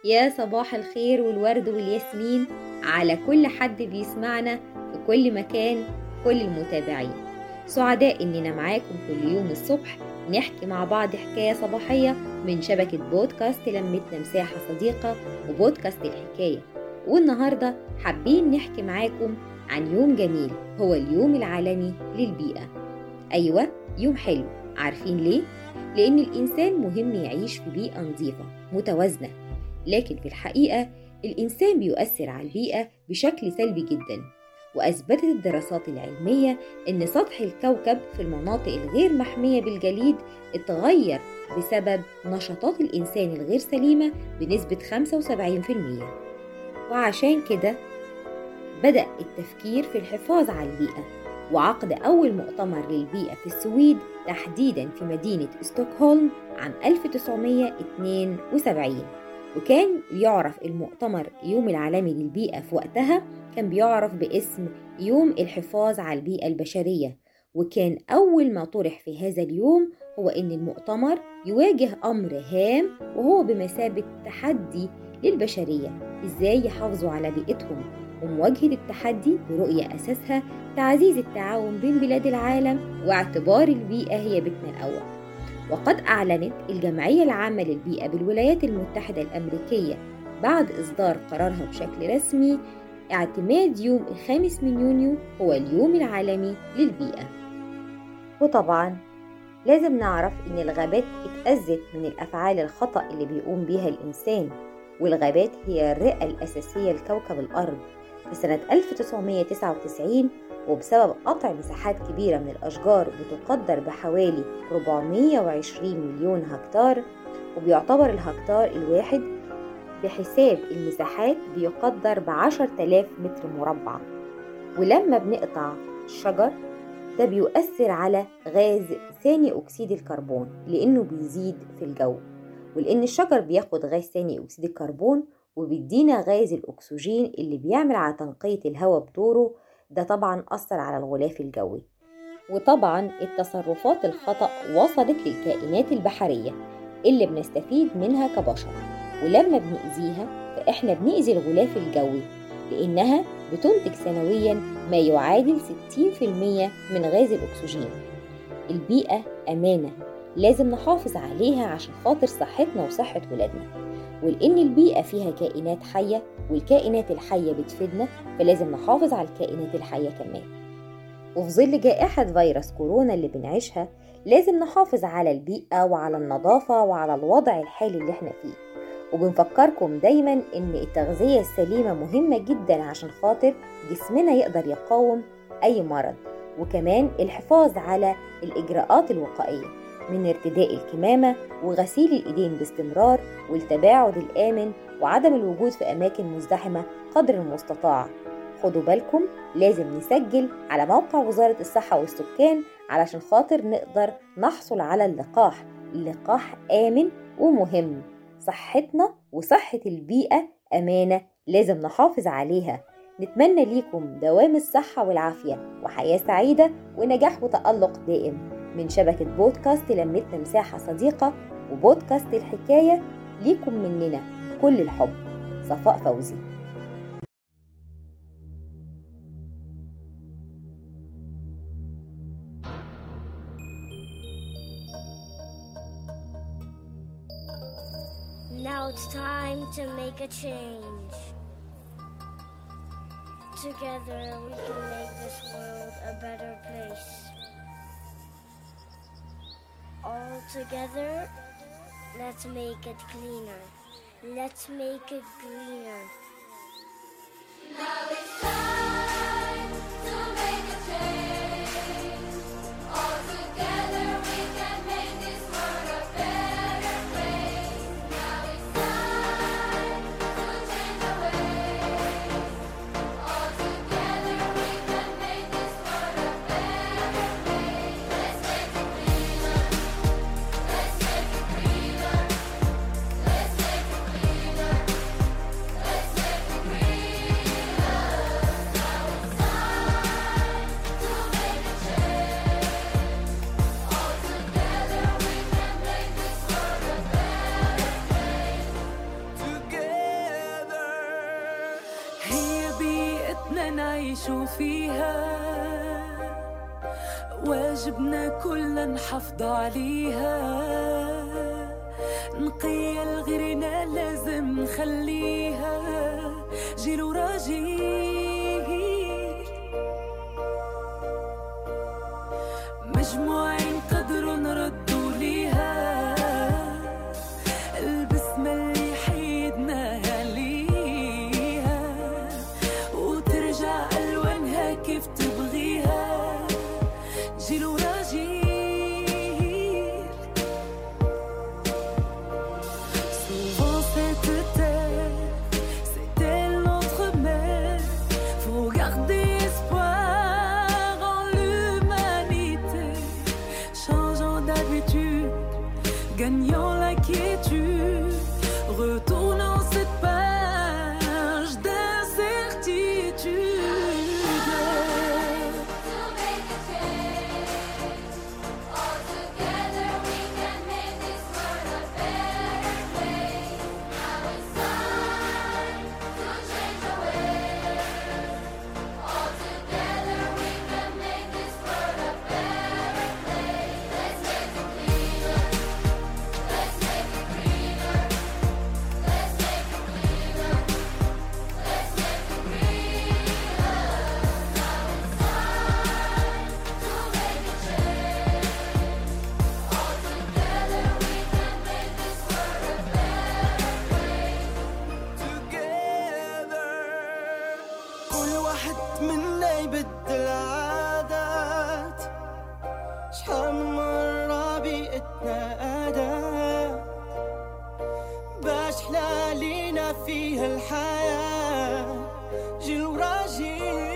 يا صباح الخير والورد والياسمين على كل حد بيسمعنا في كل مكان، كل المتابعين. سعداء إننا معاكم كل يوم الصبح نحكي مع بعض حكاية صباحية من شبكة بودكاست لمتنا مساحة صديقة وبودكاست الحكاية. والنهاردة حابين نحكي معاكم عن يوم جميل، هو اليوم العالمي للبيئة. أيوة، يوم حلو. عارفين ليه؟ لأن الإنسان مهم يعيش في بيئة نظيفة متوازنة، لكن في الحقيقة الإنسان بيؤثر على البيئة بشكل سلبي جدا. وأثبتت الدراسات العلمية أن سطح الكوكب في المناطق الغير محمية بالجليد اتغير بسبب نشاطات الإنسان الغير سليمة بنسبة 75%. وعشان كده بدأ التفكير في الحفاظ على البيئة، وعقد أول مؤتمر للبيئة في السويد تحديدا في مدينة ستوكهولم عام 1972. وكان يعرف المؤتمر يوم العالمي للبيئة في وقتها، كان بيعرف باسم يوم الحفاظ على البيئة البشرية. وكان أول ما طرح في هذا اليوم هو أن المؤتمر يواجه أمر هام، وهو بمثابة تحدي للبشرية إزاي يحافظوا على بيئتهم، ومواجهة التحدي برؤية أساسها تعزيز التعاون بين بلاد العالم واعتبار البيئة هي بيتنا الأول. وقد أعلنت الجمعية العامة للبيئة بالولايات المتحدة الأمريكية بعد إصدار قرارها بشكل رسمي اعتماد يوم 5 يونيو هو اليوم العالمي للبيئة. وطبعا لازم نعرف إن الغابات اتأذت من الأفعال الخطأ اللي بيقوم بيها الإنسان، والغابات هي الرئة الأساسية لكوكب الأرض. في سنة 1999 وبسبب قطع مساحات كبيرة من الأشجار بتقدر بحوالي 420 مليون هكتار، وبيعتبر الهكتار الواحد بحساب المساحات بيقدر ب10,000 متر مربع. ولما بنقطع الشجر ده بيؤثر على غاز ثاني أكسيد الكربون لأنه بيزيد في الجو، ولأن الشجر بياخد غاز ثاني أكسيد الكربون وبيدينا غاز الأكسجين اللي بيعمل على تنقية الهواء بدوره. ده طبعا أثر على الغلاف الجوي. وطبعا التصرفات الخطأ وصلت للكائنات البحرية اللي بنستفيد منها كبشر، ولما بنأذيها فإحنا بنأذي الغلاف الجوي، لأنها بتنتج سنويا ما يعادل 60% من غاز الأكسجين. البيئة أمانة لازم نحافظ عليها عشان خاطر صحتنا وصحة ولادنا، ولأن البيئة فيها كائنات حية، والكائنات الحية بتفيدنا، فلازم نحافظ على الكائنات الحية كمان. وفي ظل جائحة فيروس كورونا اللي بنعيشها لازم نحافظ على البيئة وعلى النظافة وعلى الوضع الحالي اللي احنا فيه. وبنفكركم دايما ان التغذية السليمة مهمة جدا عشان خاطر جسمنا يقدر يقاوم اي مرض، وكمان الحفاظ على الاجراءات الوقائية من ارتداء الكمامة وغسيل الايدين باستمرار والتباعد الآمن وعدم الوجود في اماكن مزدحمة قدر المستطاع. خدوا بالكم لازم نسجل على موقع وزارة الصحة والسكان علشان خاطر نقدر نحصل على اللقاح. اللقاح آمن ومهم. صحتنا وصحة البيئة أمانة لازم نحافظ عليها. نتمنى ليكم دوام الصحة والعافية وحياة سعيدة ونجاح وتألق دائم. من شبكة بودكاست لمتنا مساحة صديقة وبودكاست الحكاية، ليكم مننا كل الحب. صفاء فوزي. Now it's time to make a change. Together we can make this world a better place. All together, let's make it cleaner. Let's make it greener. Now it's time to make a change. All together we can make this world a better place. Now it's time to change the ways. All together we can make this world a better place. Let's make it cleaner. Let's make it greener. Let's make it cleaner. Let's make it greener. رحلة نعيش فيها، واجبنا كلنا نحافظ عليها، نقية لغيرنا لازم نخليها جيل ورا جيل، مجموعين قدروا نردوا ليها البسمة اللي حيدناها ليها، وترجع ألوانها كيف تبغيها جيل ورا جيل. Souvent cette terre, c'est-elle notre mère? Faut garder espoir en l'humanité, changeant d'habitude, gagnant la quiétude, retournant cette page d'incertitude. To make a change, all together we can make this world a better place. Now it's time to change the way. All together we can make this world a better place. Let's make it cleaner. Let's make it greener. Let's make it cleaner. Let's make it greener. Now it's time to make a change. All together we can make this world a better place. together كل واحد منا يبدل عادات، شحال من مرة بيئتنا أداة باش حلالينا فيها الحياة جيل ورا جيل.